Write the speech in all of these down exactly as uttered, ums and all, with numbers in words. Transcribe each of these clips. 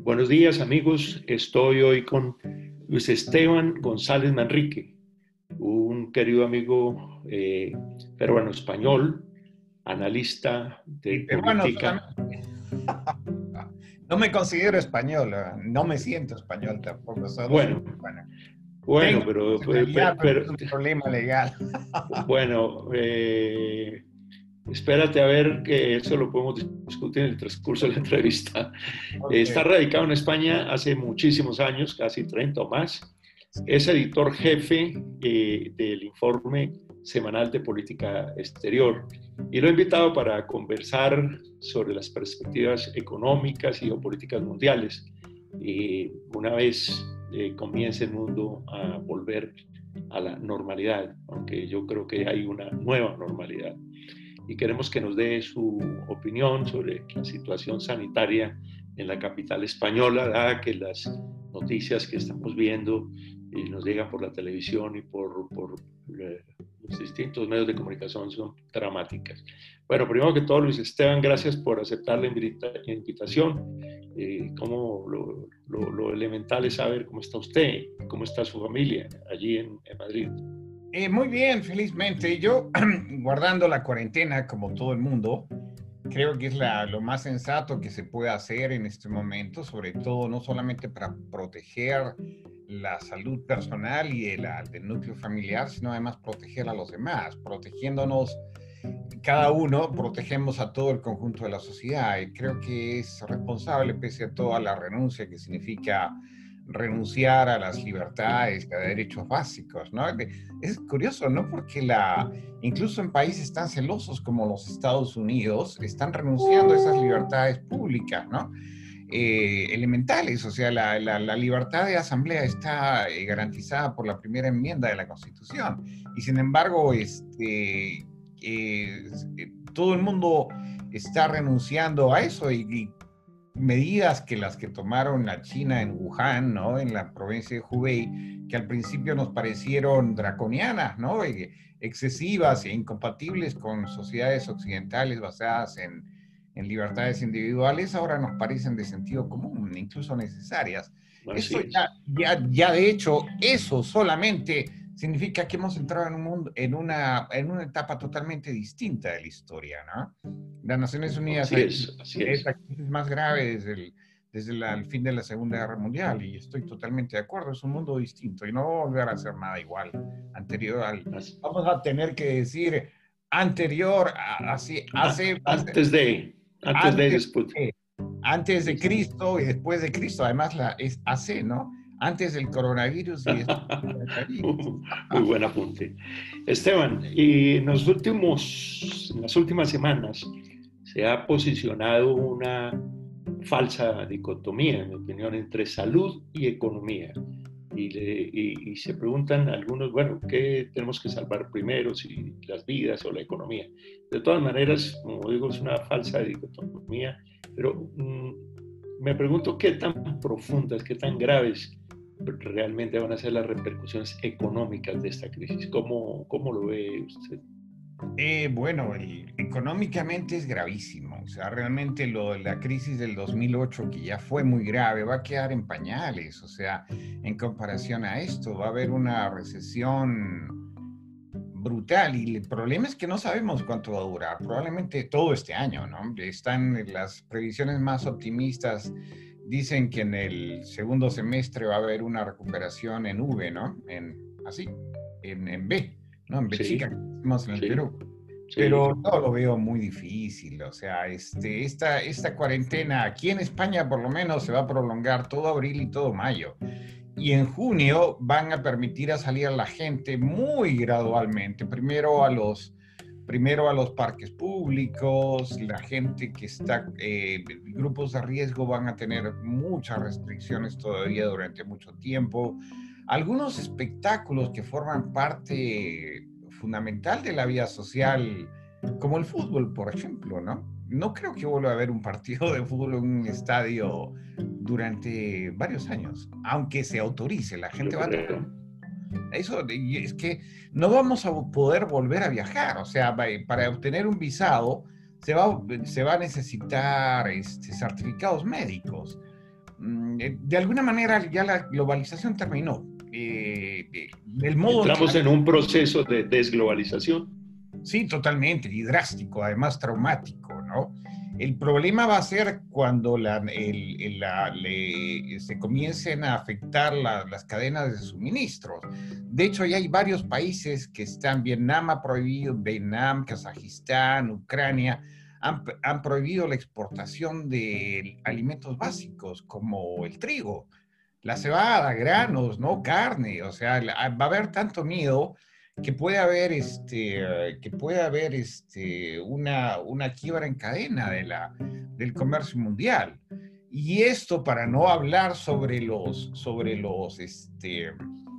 Buenos días, amigos. Estoy hoy con Luis Esteban González Manrique, un querido amigo eh, peruano-español, analista Y de peruano política. solamente. No me considero español, eh, no me siento español tampoco, solo soy Bueno, peruano. bueno, Tengo pero, nacionalidad, pero, pero pero es un problema legal. bueno, eh, espérate a ver que eso lo podemos discutir en el transcurso de la entrevista. Ok. Está radicado en España hace muchísimos años, casi treinta o más. Sí. Es editor jefe eh, del informe semanal de política exterior y lo he invitado para conversar sobre las perspectivas económicas y geopolíticas mundiales. Y una vez eh, comience el mundo a volver a la normalidad, aunque yo creo que hay una nueva normalidad. Y queremos que nos dé su opinión sobre la situación sanitaria en la capital española, dada que las noticias que estamos viendo y nos llegan por la televisión y por, por eh, los distintos medios de comunicación son dramáticas. Bueno, primero que todo, Luis Esteban, gracias por aceptar la invita invitación. Eh, como lo, lo, lo elemental es saber cómo está usted, cómo está su familia allí en, en Madrid. Eh, muy bien, felizmente. Yo, guardando la cuarentena como todo el mundo, creo que es la, lo más sensato que se puede hacer en este momento, sobre todo no solamente para proteger la salud personal y de la, del núcleo familiar, sino además proteger a los demás. Protegiéndonos cada uno, protegemos a todo el conjunto de la sociedad. Y creo que es responsable, pese a toda la renuncia que significa renunciar a las libertades, a derechos básicos, ¿no? Es curioso, ¿no? Porque la, incluso en países tan celosos como los Estados Unidos, están renunciando a esas libertades públicas, ¿no? Eh, elementales, o sea, la, la, la, libertad de asamblea está eh, garantizada por la primera enmienda de la Constitución, y sin embargo, este, eh, todo el mundo está renunciando a eso, y, y medidas que las que tomaron la China en Wuhan, ¿no? En la provincia de Hubei, que al principio nos parecieron draconianas, ¿no? E excesivas e incompatibles con sociedades occidentales basadas en, en libertades individuales, ahora nos parecen de sentido común, incluso necesarias. Así Esto es. ya, ya, ya de hecho, eso solamente significa que hemos entrado en, un mundo, en, una, en una etapa totalmente distinta de la historia, ¿no? Las Naciones Unidas Así ha es, así es es. la crisis más grave desde, el, desde la, el fin de la Segunda Guerra Mundial, y estoy totalmente de acuerdo, es un mundo distinto y no va a volver a ser nada igual, anterior al... Así. Vamos a tener que decir anterior, a, así, hace, hace... Antes de, antes de Antes después. de, antes de Cristo y después de Cristo, además la, es A C, ¿no? Antes del coronavirus y después del coronavirus. Muy buen apunte. Esteban, y en los últimos, en las últimas semanas se ha posicionado una falsa dicotomía, en mi opinión, entre salud y economía. Y, le, y, y se preguntan algunos, bueno, ¿qué tenemos que salvar primero, si las vidas o la economía? De todas maneras, como digo, es una falsa dicotomía, pero mmm, me pregunto qué tan profundas, qué tan graves realmente van a ser las repercusiones económicas de esta crisis. ¿Cómo, cómo lo ve usted? Eh, bueno, el, económicamente es gravísimo. O sea, realmente lo, la crisis del dos mil ocho, que ya fue muy grave, va a quedar en pañales. O sea, en comparación a esto, va a haber una recesión brutal. Y el problema es que no sabemos cuánto va a durar. Probablemente todo este año, ¿no? Están las previsiones más optimistas. Dicen que en el segundo semestre va a haber una recuperación en V, ¿no? En, así, en, en B. ¿No? En Bechica, Sí, que decimos en el sí, Perú. sí. Pero no lo veo muy difícil. O sea, este, esta, esta cuarentena aquí en España por lo menos se va a prolongar todo abril y todo mayo. Y en junio van a permitir a salir a la gente muy gradualmente. Primero a los, primero a los parques públicos, la gente que está, eh, grupos de riesgo van a tener muchas restricciones todavía durante mucho tiempo. Algunos espectáculos que forman parte fundamental de la vida social, como el fútbol, por ejemplo, ¿no? No creo que vuelva a haber un partido de fútbol en un estadio durante varios años, aunque se autorice, la gente Yo va a... creo. Eso es que no vamos a poder volver a viajar, o sea, para obtener un visado se va, se va a necesitar este, certificados médicos. de alguna manera ya la globalización terminó. Eh, del modo Entramos en, en un proceso de desglobalización. Sí, totalmente, y drástico, además traumático, ¿no? El problema va a ser cuando la, el, el, la, le, se comiencen a afectar la, las cadenas de suministros. De hecho, ya hay varios países que están, Vietnam ha prohibido, Vietnam, Kazajistán, Ucrania, han, han prohibido la exportación de alimentos básicos como el trigo, la cebada, granos, ¿no? Carne, o sea, va a haber tanto miedo que puede haber, este, que puede haber este, una, una quiebra en cadena de la, del comercio mundial. Y esto para no hablar sobre los, sobre los este,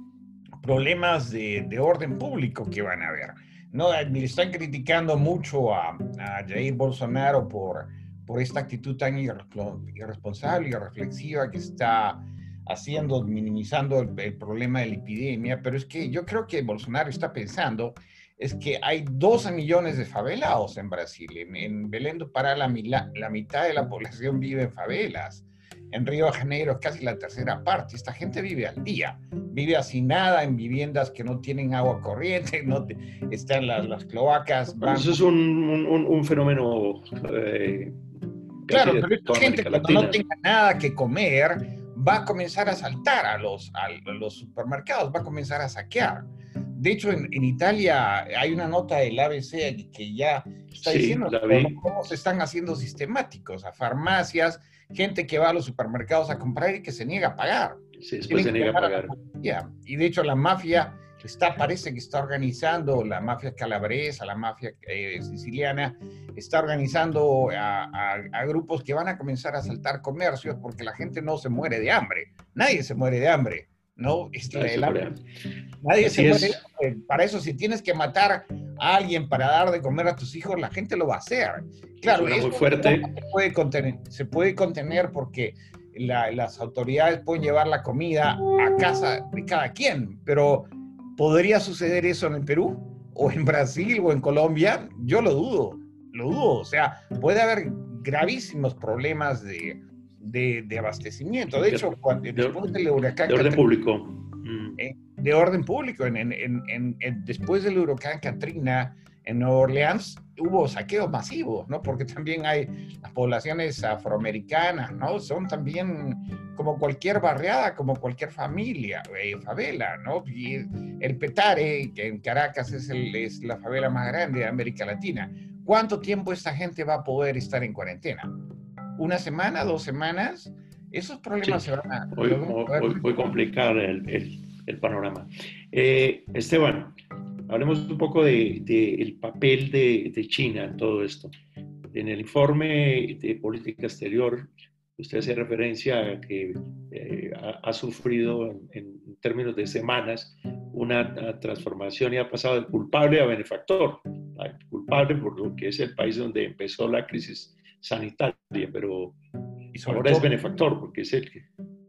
problemas de, de orden público que van a haber. No, le están criticando mucho a, a Jair Bolsonaro por, por esta actitud tan irresponsable y reflexiva que está haciendo, minimizando el, el problema de la epidemia, pero es que yo creo que Bolsonaro está pensando es que hay doce millones de favelados en Brasil. En, en Belém do Pará la, la mitad de la población vive en favelas. En Río de Janeiro es casi la tercera parte. Esta gente vive al día, vive hacinada en viviendas que no tienen agua corriente, no te, están las, las cloacas. Bueno, eso es un, un, un fenómeno eh, claro, pero esta gente cuando no tenga nada que comer va a comenzar a saltar a los, a los supermercados, va a comenzar a saquear. De hecho, en, en Italia hay una nota del A B C que ya está sí, diciendo cómo se están haciendo sistemáticos a farmacias, gente que va a los supermercados a comprar y que se niega a pagar. Sí, después se niega a pagar. A y de hecho la mafia está, parece que está organizando, la mafia calabresa, la mafia eh, siciliana, está organizando a, a, a grupos que van a comenzar a asaltar comercios porque la gente no se muere de hambre. Nadie se muere de hambre, ¿no? Este, Nadie, el, se, muere. Nadie se muere de hambre. Para eso, si tienes que matar a alguien para dar de comer a tus hijos, la gente lo va a hacer. Claro, es eso muy fuerte. Se puede contener, se puede contener porque la, las autoridades pueden llevar la comida a casa de cada quien, pero ¿podría suceder eso en el Perú? ¿O en Brasil o en Colombia? Yo lo dudo, lo dudo. O sea, puede haber gravísimos problemas de, de, de abastecimiento. De hecho, cuando, de, después del huracán... De orden Katrina, público. Mm. De orden público. En, en, en, en, después del huracán Katrina, en Nueva Orleans, hubo saqueos masivos, ¿no? Porque también hay las poblaciones afroamericanas, ¿no? Son también como cualquier barriada, como cualquier familia, eh, favela, ¿no? Y el Petare, que en Caracas es, el, es la favela más grande de América Latina. ¿Cuánto tiempo esta gente va a poder estar en cuarentena? ¿Una semana? ¿Dos semanas? Esos problemas sí, se van a... Muy, muy, muy complicado el, el, el panorama. Eh, Esteban, hablemos un poco del de, de papel de, de China en todo esto. En el informe de política exterior, usted hace referencia a que eh, ha, ha sufrido en, en términos de semanas una, una transformación y ha pasado de culpable a benefactor. Culpable por lo que es el país donde empezó la crisis sanitaria, pero ahora todo, es benefactor porque es el que...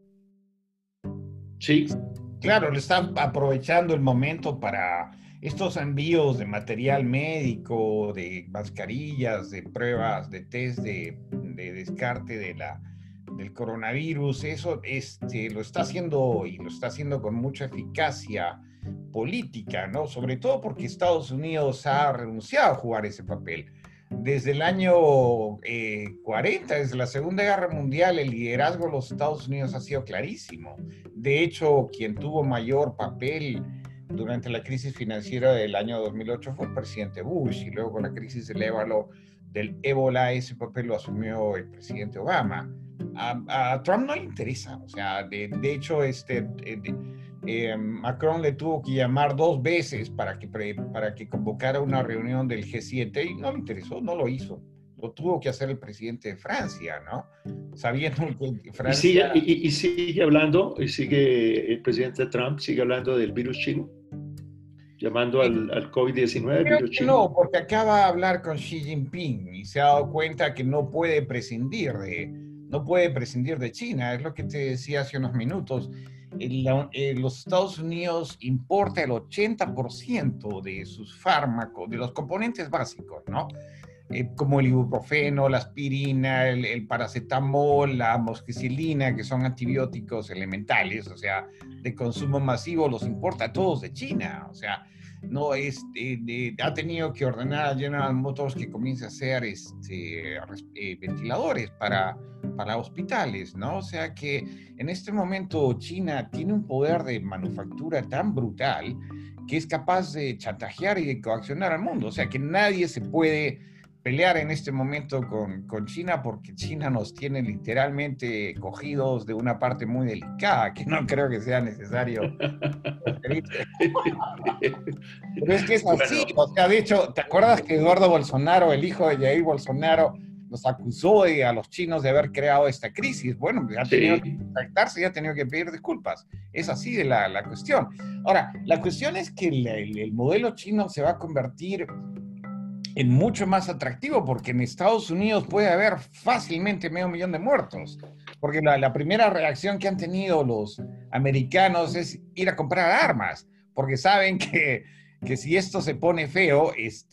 Sí. Claro, le está aprovechando el momento para estos envíos de material médico, de mascarillas, de pruebas, de test de, de descarte de la, del coronavirus. Eso este, lo está haciendo y lo está haciendo con mucha eficacia política, ¿no? Sobre todo porque Estados Unidos ha renunciado a jugar ese papel. Desde el año eh, cuarenta, desde la Segunda Guerra Mundial, el liderazgo de los Estados Unidos ha sido clarísimo. De hecho, quien tuvo mayor papel durante la crisis financiera del año dos mil ocho fue el presidente Bush, y luego con la crisis del ébola, del ébola ese papel lo asumió el presidente Obama. A, a Trump no le interesa, o sea, de, de hecho, este... De, Eh, Macron le tuvo que llamar dos veces para que, para que convocara una reunión del G siete y no le interesó, no lo hizo. Lo tuvo que hacer el presidente de Francia, ¿no? Sabiendo que Francia... Y sigue, y, y sigue hablando, y sigue el presidente Trump, sigue hablando del virus chino, llamando al, al COVID diecinueve Creo virus que chino. no, porque acaba de hablar con Xi Jinping y se ha dado cuenta que no puede prescindir de, no puede prescindir de China. Es lo que te decía hace unos minutos. El, eh, los Estados Unidos importa el ochenta por ciento de sus fármacos, de los componentes básicos, ¿no? eh, como el ibuprofeno, la aspirina, el, el paracetamol, la amoxicilina, que son antibióticos elementales, o sea, de consumo masivo, los importa todos de China. O sea, no es, eh, de, ha tenido que ordenar a General Motors que comience a hacer este, eh, ventiladores para, para hospitales, ¿no? O sea que en este momento China tiene un poder de manufactura tan brutal que es capaz de chantajear y de coaccionar al mundo. O sea que nadie se puede pelear en este momento con, con China, porque China nos tiene literalmente cogidos de una parte muy delicada, que no creo que sea necesario. Pero es que es así, Bueno, o sea, de hecho, ¿te acuerdas que Eduardo Bolsonaro, el hijo de Jair Bolsonaro, nos acusó de, a los chinos de haber creado esta crisis? Bueno, ya ha tenido que sí, retractarse, ya ha tenido que pedir disculpas. Es así de la, la cuestión. Ahora, la cuestión es que el, el, el modelo chino se va a convertir en mucho más atractivo, porque en Estados Unidos puede haber fácilmente medio millón de muertos, porque la, la primera reacción que han tenido los americanos es ir a comprar armas, porque saben que, que si esto se pone feo,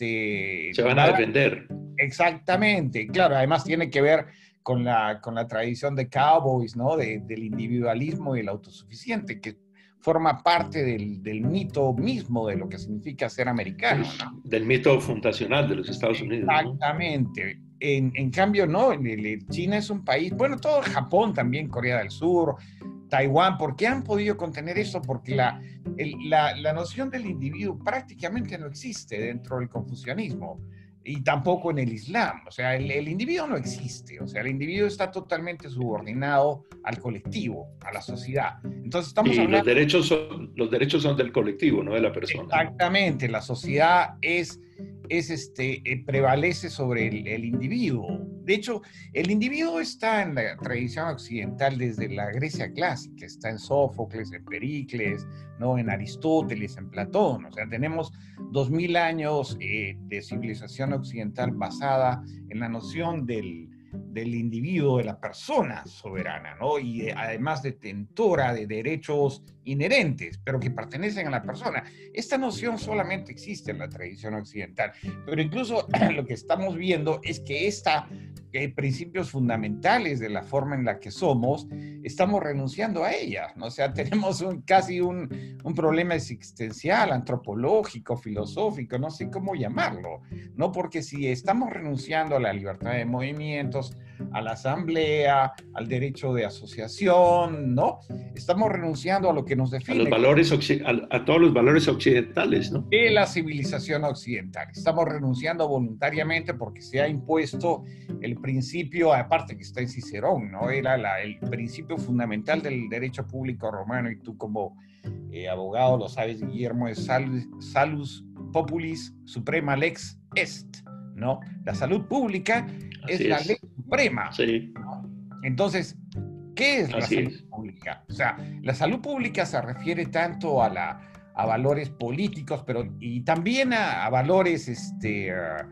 este, se van a va a... defender. Exactamente, claro, además tiene que ver con la, con la tradición de cowboys, ¿no? De, del individualismo y el autosuficiente, que forma parte del, del mito mismo de lo que significa ser americano, ¿no? Del mito fundacional de los Estados Unidos, ¿no? Exactamente. En, en cambio, no, China es un país, bueno, todo Japón también, Corea del Sur, Taiwán. ¿Por qué han podido contener eso? Porque la, el, la, la noción del individuo prácticamente no existe dentro del confucianismo y tampoco en el Islam. O sea, el, el individuo no existe. O sea, el individuo está totalmente subordinado al colectivo, a la sociedad. Entonces estamos Y hablando... los derechos son, los derechos son del colectivo, no de la persona. Exactamente, la sociedad es, es este, eh, prevalece sobre el, el individuo. De hecho, el individuo está en la tradición occidental desde la Grecia clásica, está en Sófocles, en Pericles, ¿no? En Aristóteles, en Platón. O sea, tenemos dos mil años eh, de civilización occidental basada en la noción del, del individuo, de la persona soberana, ¿no? Y de, además detentora de derechos inherentes, pero que pertenecen a la persona. Esta noción solamente existe en la tradición occidental, pero incluso lo que estamos viendo es que esta eh, principios fundamentales de la forma en la que somos, estamos renunciando a ellas, ¿no? O sea, tenemos un, casi un, un problema existencial, antropológico, filosófico, no sé cómo llamarlo, ¿no? Porque si estamos renunciando a la libertad de movimientos, a la asamblea, al derecho de asociación, ¿no? Estamos renunciando a lo que nos define. A los valores, a, a todos los valores occidentales, ¿no? De la civilización occidental. Estamos renunciando voluntariamente porque se ha impuesto el principio, aparte que está en Cicerón, ¿no? Era la, el principio fundamental del derecho público romano, y tú como eh, abogado lo sabes, Guillermo, es salus, salus populis suprema lex est, ¿no? La salud pública es, es la ley suprema. Sí. ¿No? Entonces, ¿qué es la Así salud es. pública? O sea, la salud pública se refiere tanto a, la, a valores políticos, pero y también a, a valores este,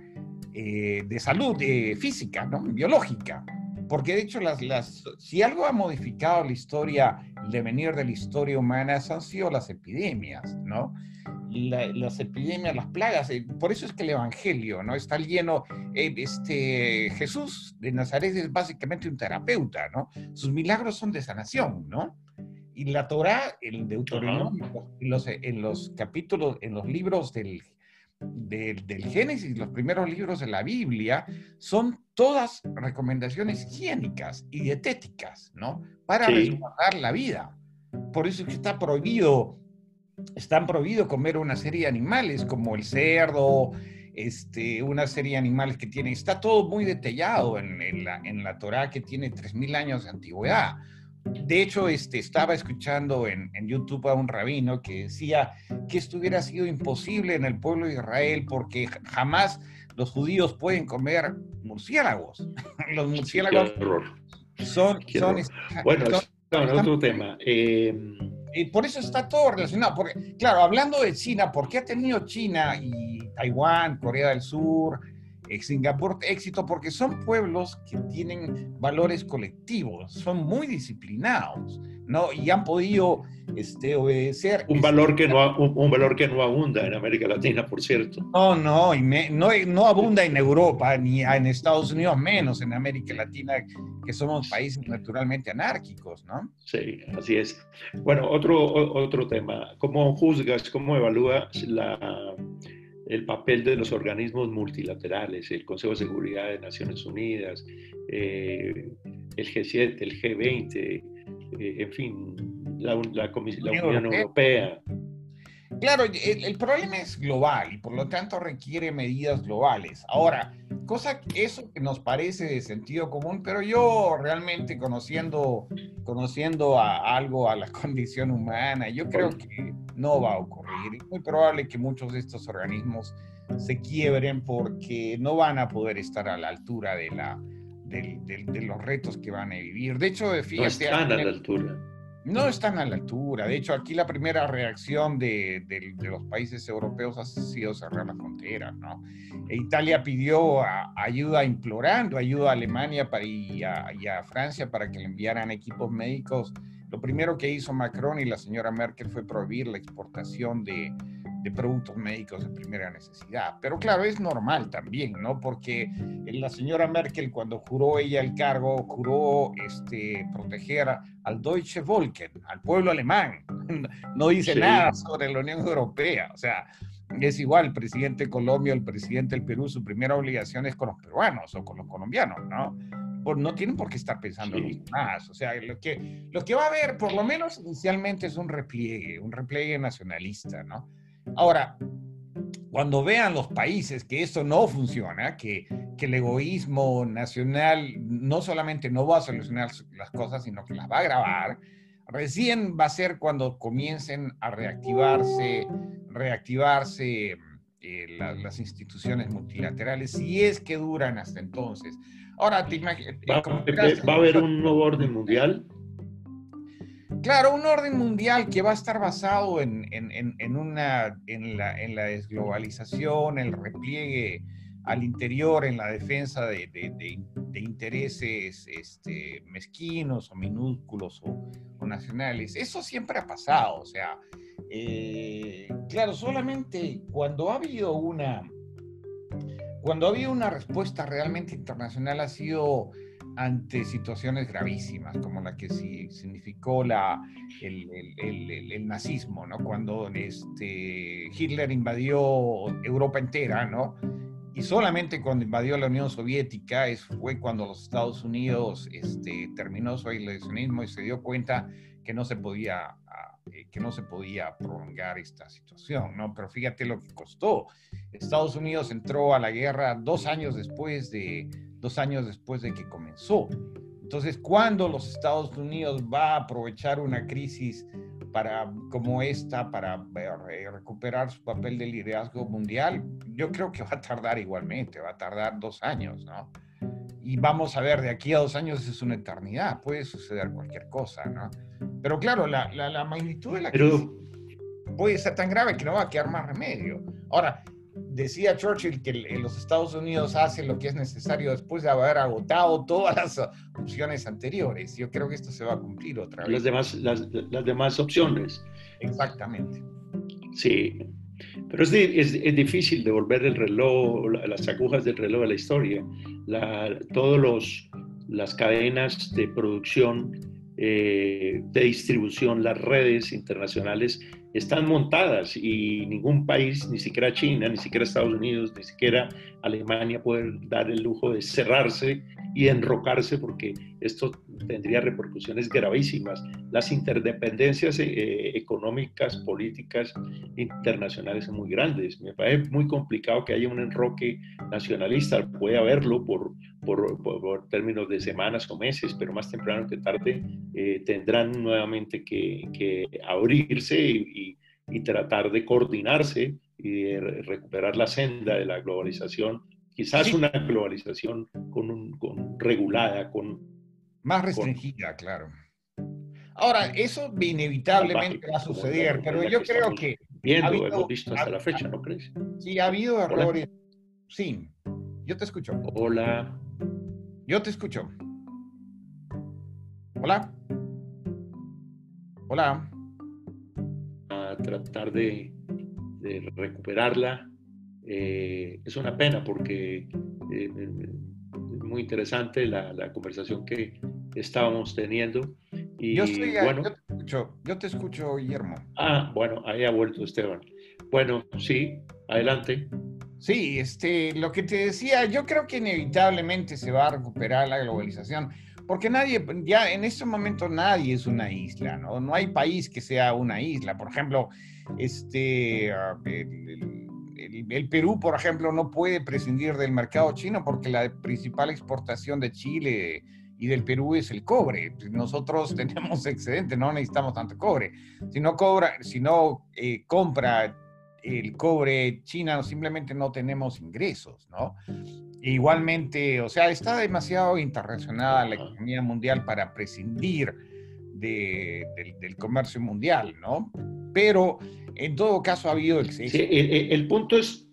eh, de salud eh, física, ¿no? Biológica. Porque de hecho, las, las, si algo ha modificado la historia, el devenir de la historia humana, han sido las epidemias, ¿no? La, las epidemias, las plagas, eh, por eso es que el Evangelio, ¿no? Está lleno, eh, este, Jesús de Nazaret es básicamente un terapeuta, ¿no? Sus milagros son de sanación, ¿no? Y la Torá, el Deuteronomio, uh-huh. en, los, en los capítulos, en los libros del, del, del Génesis, los primeros libros de la Biblia, son todas recomendaciones higiénicas y dietéticas, ¿no? Para sí. resguardar la vida. Por eso es que está prohibido Están prohibido comer una serie de animales como el cerdo, este, una serie de animales que tiene, está todo muy detallado en, en, la, en la Torá, que tiene tres mil años de antigüedad. De hecho, este, estaba escuchando en, en YouTube a un rabino que decía que esto hubiera sido imposible en el pueblo de Israel porque jamás los judíos pueden comer murciélagos. Los murciélagos Qué horror. son... Qué son, horror. Bueno, son, son, es otro tema. Eh... Y por eso está todo relacionado, porque, claro, hablando de China, ¿por qué ha tenido China y Taiwán, Corea del Sur, eh, Singapur éxito porque son pueblos que tienen valores colectivos, son muy disciplinados, ¿no? Y han podido este, obedecer. Un valor, que no, un, un valor que no abunda en América Latina, por cierto. No, no, y me, no, no abunda en Europa, ni en Estados Unidos, menos en América Latina, que somos países naturalmente anárquicos, ¿no? Sí, así es. Bueno, otro, otro tema. ¿Cómo juzgas, cómo evalúas la, el papel de los organismos multilaterales, el Consejo de Seguridad de Naciones Unidas, eh, el G siete, el G veinte, eh, en fin, la, la, la Unión Europea? Claro, el, el problema es global y por lo tanto requiere medidas globales. Ahora, cosa que eso que nos parece de sentido común, pero yo realmente conociendo, conociendo a algo, a la condición humana, yo creo que no va a ocurrir. Es muy probable que muchos de estos organismos se quiebren porque no van a poder estar a la altura de, la, de, de, de los retos que van a vivir. De hecho, fíjate, no están a la altura. No están a la altura. De hecho, aquí la primera reacción de, de, de los países europeos ha sido cerrar las fronteras, ¿no? E Italia pidió a, ayuda, implorando ayuda a Alemania para, y, a, y a Francia para que le enviaran equipos médicos. Lo primero que hizo Macron y la señora Merkel fue prohibir la exportación de, de productos médicos de primera necesidad. Pero claro, es normal también, ¿no? Porque la señora Merkel, cuando juró ella el cargo, juró este, proteger al Deutsche Volk, al pueblo alemán. No dice sí. nada sobre la Unión Europea. O sea, es igual, el presidente de Colombia, el presidente del Perú, su primera obligación es con los peruanos o con los colombianos, ¿no? Pues no tienen por qué estar pensando en sí. los demás. O sea, lo que, lo que va a haber, por lo menos inicialmente, es un repliegue, un repliegue nacionalista, ¿no? Ahora, cuando vean los países que esto no funciona, que, que el egoísmo nacional no solamente no va a solucionar las cosas, sino que las va a agravar, recién va a ser cuando comiencen a reactivarse, reactivarse eh, la, las instituciones multilaterales, si es que duran hasta entonces. Ahora, te imaginas... ¿Va, ¿Va a haber un nuevo orden mundial? Claro, un orden mundial que va a estar basado en, en, en, en, una, en, la, en la desglobalización, el repliegue al interior, en la defensa de, de, de, de intereses este, mezquinos o minúsculos o, o nacionales. Eso siempre ha pasado. O sea, eh, claro, solamente cuando ha habido una, cuando ha habido una respuesta realmente internacional ha sido ante situaciones gravísimas, como la que sí significó la, el, el, el, el nazismo, ¿no? Cuando este, Hitler invadió Europa entera, ¿no? Y solamente cuando invadió la Unión Soviética es, fue cuando los Estados Unidos este, terminó su aislacionismo y se dio cuenta que no se podía, que no se podía prolongar esta situación, ¿no? Pero fíjate lo que costó. Estados Unidos entró a la guerra dos años después de dos años después de que comenzó. Entonces, ¿cuándo los Estados Unidos va a aprovechar una crisis para, como esta para recuperar su papel de liderazgo mundial? Yo creo que va a tardar igualmente, va a tardar dos años, ¿no? Y vamos a ver, de aquí a dos años es una eternidad, puede suceder cualquier cosa, ¿no? Pero claro, la, la, la magnitud de la crisis Pero... puede ser tan grave que no va a quedar más remedio. Ahora, decía Churchill que los Estados Unidos hacen lo que es necesario después de haber agotado todas las opciones anteriores. Yo creo que esto se va a cumplir otra vez. Las demás, las, las demás opciones. Exactamente. Sí, pero es, es, es difícil devolver el reloj, las agujas del reloj de la historia. La, todos los, las cadenas de producción, eh, de distribución, las redes internacionales están montadas y ningún país, ni siquiera China, ni siquiera Estados Unidos, ni siquiera Alemania puede dar el lujo de cerrarse y enrocarse porque esto tendría repercusiones gravísimas. Las interdependencias eh, económicas, políticas, internacionales son muy grandes. Me parece muy complicado que haya un enroque nacionalista. Puede haberlo por, por, por, por términos de semanas o meses, pero más temprano que tarde eh, tendrán nuevamente que, que abrirse y, y, y tratar de coordinarse y de recuperar la senda de la globalización. Quizás sí. Una globalización con un, con regulada, con... Más restringida, con, claro. Ahora, eso inevitablemente va a suceder, pero yo creo que... Viendo, habido, hemos visto hasta ha, la fecha, ¿no crees? Sí, ha habido errores, Hola. sí. Yo te escucho. Hola. Yo te escucho. Hola. Hola. A tratar de, de recuperarla. Eh, es una pena porque eh, es muy interesante la, la conversación que estábamos teniendo. Yo Y estoy, a- yo bueno, te escucho, yo te escucho, Guillermo. ah, bueno, ahí ha vuelto Esteban. Bueno, sí, adelante. Sí, este, lo que te decía, yo creo que inevitablemente se va a recuperar la globalización, porque nadie, ya en este momento nadie es una isla, ¿no? No hay país que sea una isla. Por ejemplo, este, uh, el, el, el, el Perú, por ejemplo, no puede prescindir del mercado chino porque la principal exportación de Chile y del Perú es el cobre. Nosotros tenemos excedente, no necesitamos tanto cobre. Si no cobra, si no eh, compra el cobre China, simplemente no tenemos ingresos, ¿no? E igualmente, o sea, está demasiado interrelacionada la Ajá. economía mundial para prescindir de, del, del comercio mundial, ¿no? Pero en todo caso ha habido Sí, exceso. el, el- el punto es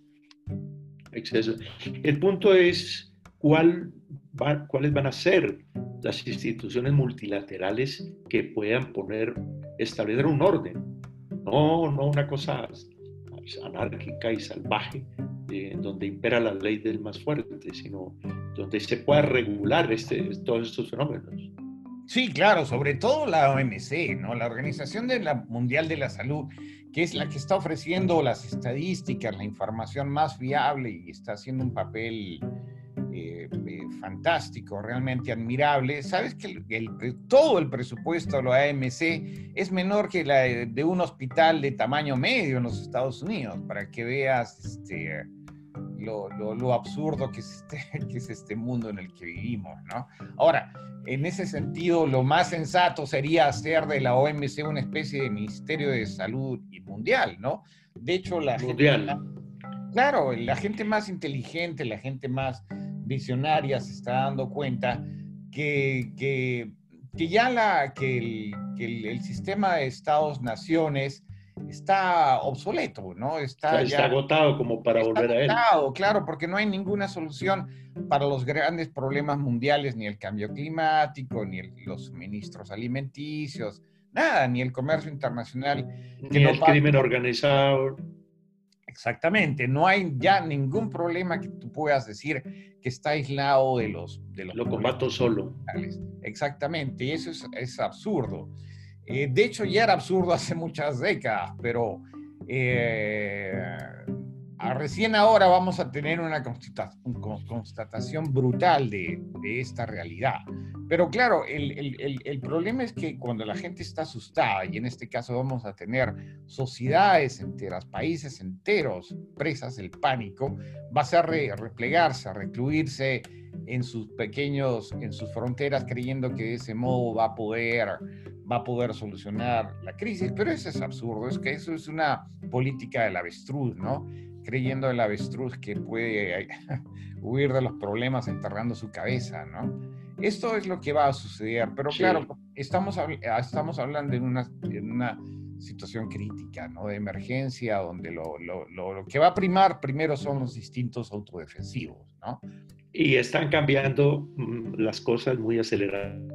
exceso. El punto es cuál va- cuáles van a ser las instituciones multilaterales que puedan poner, establecer un orden, no, no una cosa anárquica y salvaje, eh, donde impera la ley del más fuerte, sino donde se pueda regular este, todos estos fenómenos. Sí, claro, sobre todo la O M C, ¿no? La Organización de la Mundial de la Salud, que es la que está ofreciendo las estadísticas, la información más fiable y está haciendo un papel eh, eh, fantástico, realmente admirable. Sabes que el, el, todo el presupuesto de la O M C es menor que la de, de un hospital de tamaño medio en los Estados Unidos, para que veas este, lo, lo, lo absurdo que es, este, que es este mundo en el que vivimos, ¿no? Ahora, en ese sentido, lo más sensato sería hacer de la O M C una especie de Ministerio de Salud Mundial, ¿no? De hecho, la gente Mundial. más, claro, la gente más inteligente, la gente más visionaria se está dando cuenta que, que, que ya la, que el, que el, el sistema de Estados-naciones está obsoleto, ¿no? Está Está ya agotado como para está volver a él. agotado, claro, porque no hay ninguna solución para los grandes problemas mundiales, ni el cambio climático, ni el, los suministros alimenticios, nada, ni el comercio internacional que Ni no el pasa. crimen organizado. Exactamente, no hay ya ningún problema que tú puedas decir que está aislado de los, de los Lo problemas combato solo. mundiales. Exactamente, y eso es, es absurdo. Eh, de hecho, ya era absurdo hace muchas décadas, pero eh, a recién ahora vamos a tener una constatación brutal de, de esta realidad. Pero claro, el, el, el, el problema es que cuando la gente está asustada, y en este caso vamos a tener sociedades enteras, países enteros presas del pánico, va a ser re, replegarse, a recluirse en sus pequeños, en sus fronteras, creyendo que de ese modo va a poder, va a poder solucionar la crisis. Pero eso es absurdo, es que eso es una política del avestruz, ¿no? Creyendo el avestruz que puede huir de los problemas enterrando su cabeza, ¿no? Esto es lo que va a suceder, pero claro, sí. estamos, estamos hablando en una, en una situación crítica, ¿no? De emergencia, donde lo, lo, lo, lo que va a primar primero son los instintos autodefensivos, ¿no? Y están cambiando mm, las cosas muy aceleradas.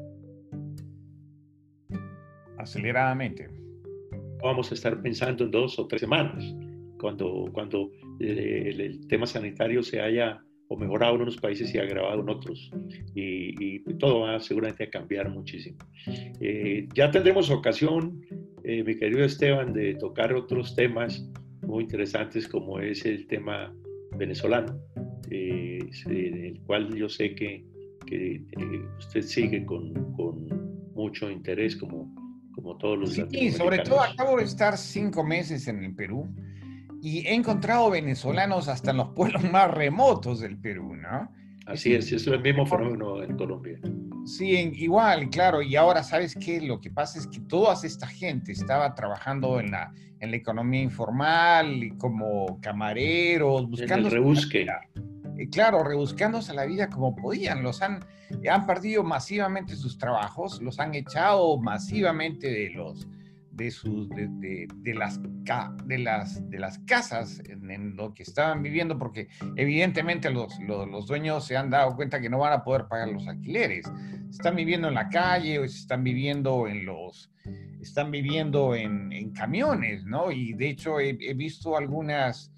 Aceleradamente. Vamos a estar pensando en dos o tres semanas, cuando, cuando eh, el, el tema sanitario se haya o mejorado en unos países y agravado en otros. Y, y todo va seguramente a cambiar muchísimo. Eh, ya tendremos ocasión, eh, mi querido Esteban, de tocar otros temas muy interesantes como es el tema venezolano, eh, en el cual yo sé que, que eh, usted sigue con, con mucho interés como, como todos los sí, latinoamericanos. Sobre todo acabo de estar cinco meses en el Perú y he encontrado venezolanos hasta en los pueblos más remotos del Perú, ¿no? Así es, es el mismo fenómeno en Colombia. Sí, en, igual, claro, y ahora, ¿sabes qué? Lo que pasa es que toda esta gente estaba trabajando en la, en la economía informal, como camareros, buscando... En el rebusque. Eh, claro, rebuscándose la vida como podían, los han, han perdido masivamente sus trabajos, los han echado masivamente de los, de, sus, de, de, de, las, de, las, de las casas en, en lo que estaban viviendo, porque evidentemente los, los, los dueños se han dado cuenta que no van a poder pagar los alquileres. Están viviendo en la calle o están viviendo en los... están viviendo en, en camiones, ¿no? Y de hecho he, he visto algunas,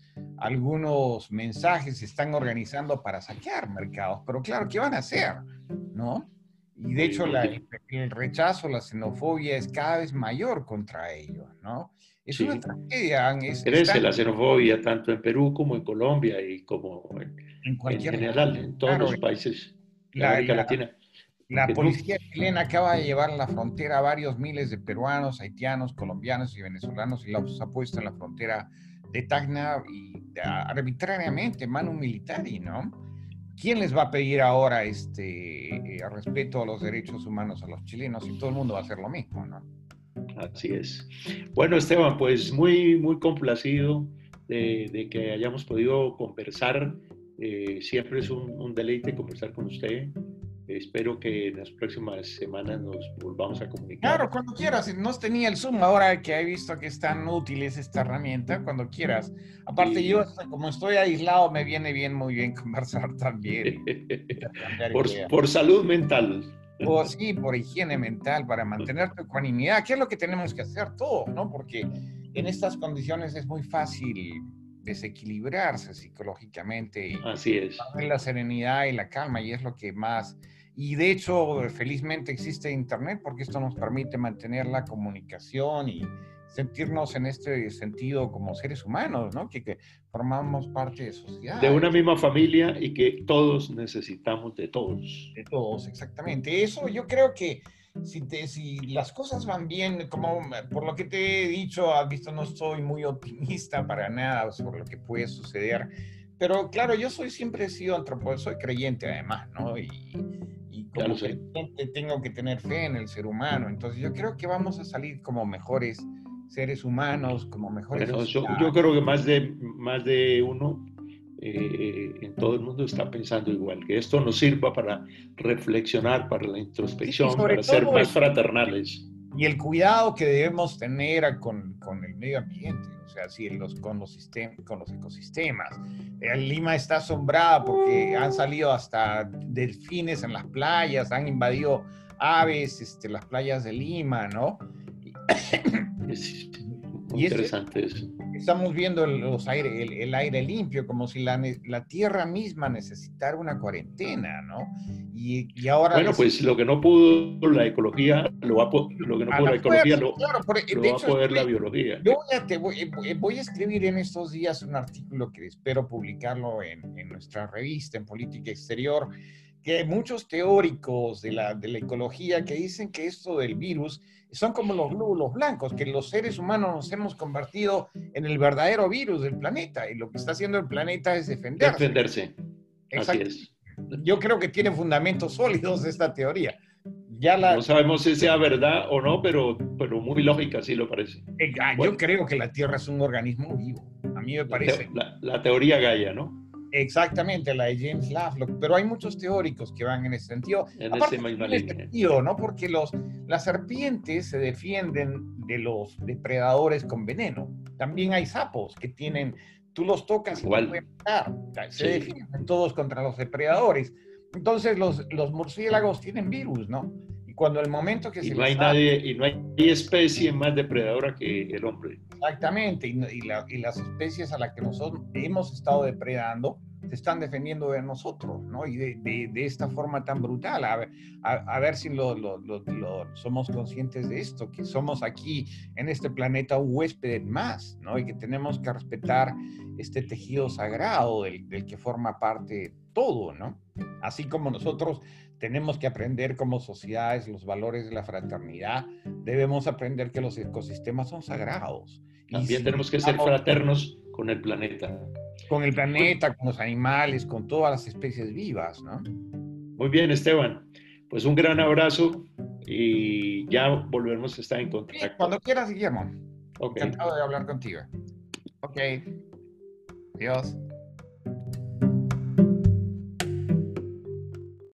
algunos mensajes, se están organizando para saquear mercados, pero claro, ¿qué van a hacer? ¿No? Y de hecho la, el, el rechazo, la xenofobia es cada vez mayor contra ellos, ¿no? Es Sí. una tragedia. Es, Crece están, la xenofobia tanto en Perú como en Colombia y como en, en, cualquier en general, lado, en todos claro, los países de la, América la, Latina. La policía no, chilena acaba de llevar a la frontera a varios miles de peruanos, haitianos, colombianos y venezolanos y los ha puesto en la frontera de Tacna y arbitrariamente, manu militari, ¿no? ¿Quién les va a pedir ahora este eh, respeto a los derechos humanos a los chilenos? Y todo el mundo va a hacer lo mismo, ¿no? Así es. Bueno, Esteban, pues muy, muy complacido de, de que hayamos podido conversar. Eh, siempre es un, un deleite conversar con usted. Espero que en las próximas semanas nos volvamos a comunicar. Claro, cuando quieras. No tenía el Zoom, ahora que he visto que es tan útil esta herramienta, cuando quieras. Aparte, y... yo, como estoy aislado, me viene bien, muy bien conversar también. por, por salud mental. O sí, por higiene mental, para mantener tu ecuanimidad, que es lo que tenemos que hacer todos, ¿no? Porque en estas condiciones es muy fácil desequilibrarse psicológicamente. Y así es. La serenidad y la calma, y es lo que más... Y de hecho, felizmente existe Internet porque esto nos permite mantener la comunicación y sentirnos en este sentido como seres humanos, ¿no? Que, que formamos parte de sociedad. De una misma familia y que todos necesitamos de todos. De todos, exactamente. Eso yo creo que si, te, si las cosas van bien, como por lo que te he dicho, has visto, no soy muy optimista para nada sobre lo que puede suceder. Pero claro, yo soy siempre he sido antropólogo, soy creyente además, ¿no? Y, y como creyente tengo que tener fe en el ser humano. Entonces yo creo que vamos a salir como mejores seres humanos, como mejores bueno, yo, yo creo que más de, más de uno eh, en todo el mundo está pensando igual, que esto nos sirva para reflexionar, para la introspección, sí, para ser más el, fraternales. Y el cuidado que debemos tener con, con el medio ambiente, o sea, sí, los, con, los sistem, con los ecosistemas. Eh, Lima está asombrada porque han salido hasta delfines en las playas, han invadido aves, este, las playas de Lima, ¿no? Es muy interesante es, eso. Estamos viendo los aire, el, el aire limpio, como si la, la tierra misma necesitara una cuarentena, ¿no? Y, y ahora... Bueno, pues lo que no pudo la ecología, lo, va, lo que no pudo la, la ecología, lo, claro, por, lo de va hecho, a poder estoy, la biología. Yo voy a, te voy, voy a escribir en estos días un artículo que espero publicarlo en, en nuestra revista, en Política Exterior, que hay muchos teóricos de la, de la ecología que dicen que esto del virus son como los glóbulos blancos, que los seres humanos nos hemos convertido en el verdadero virus del planeta y lo que está haciendo el planeta es defenderse. Defenderse. Así es. Yo creo que tiene fundamentos sólidos esta teoría. Ya la... No sabemos si sea verdad o no, pero, pero muy lógica sí lo parece. Eh, ah, bueno, yo creo que la Tierra es un organismo vivo. A mí me parece. La, te la teoría Gaia, ¿no? Exactamente, la de James Lovelock, pero hay muchos teóricos que van en ese sentido. En Aparte, ese misma en ese línea. sentido, ¿no? Porque los, las serpientes se defienden de los depredadores con veneno. También hay sapos que tienen, tú los tocas Igual. y te pueden matar. Se Sí. defienden todos contra los depredadores. Entonces los, los murciélagos tienen virus, ¿no? Y cuando el momento que y se no hay les nadie y no hay especie más depredadora que el hombre. Exactamente, y, y, la, y las especies a las que nosotros hemos estado depredando se están defendiendo de nosotros, ¿no? Y de, de, de esta forma tan brutal. A ver, a, a ver si lo, lo, lo, lo, somos conscientes de esto, que somos aquí en este planeta un huésped más, ¿no? Y que tenemos que respetar este tejido sagrado del, del que forma parte todo, ¿no? Así como nosotros tenemos que aprender como sociedades los valores de la fraternidad, debemos aprender que los ecosistemas son sagrados. También y tenemos si que ser fraternos con el planeta. Con el planeta, con los animales, con todas las especies vivas, ¿no? Muy bien, Esteban. Pues un gran abrazo y ya volveremos a estar en contacto. Sí, cuando quieras, Guillermo. Okay. Encantado de hablar contigo. Ok. Adiós.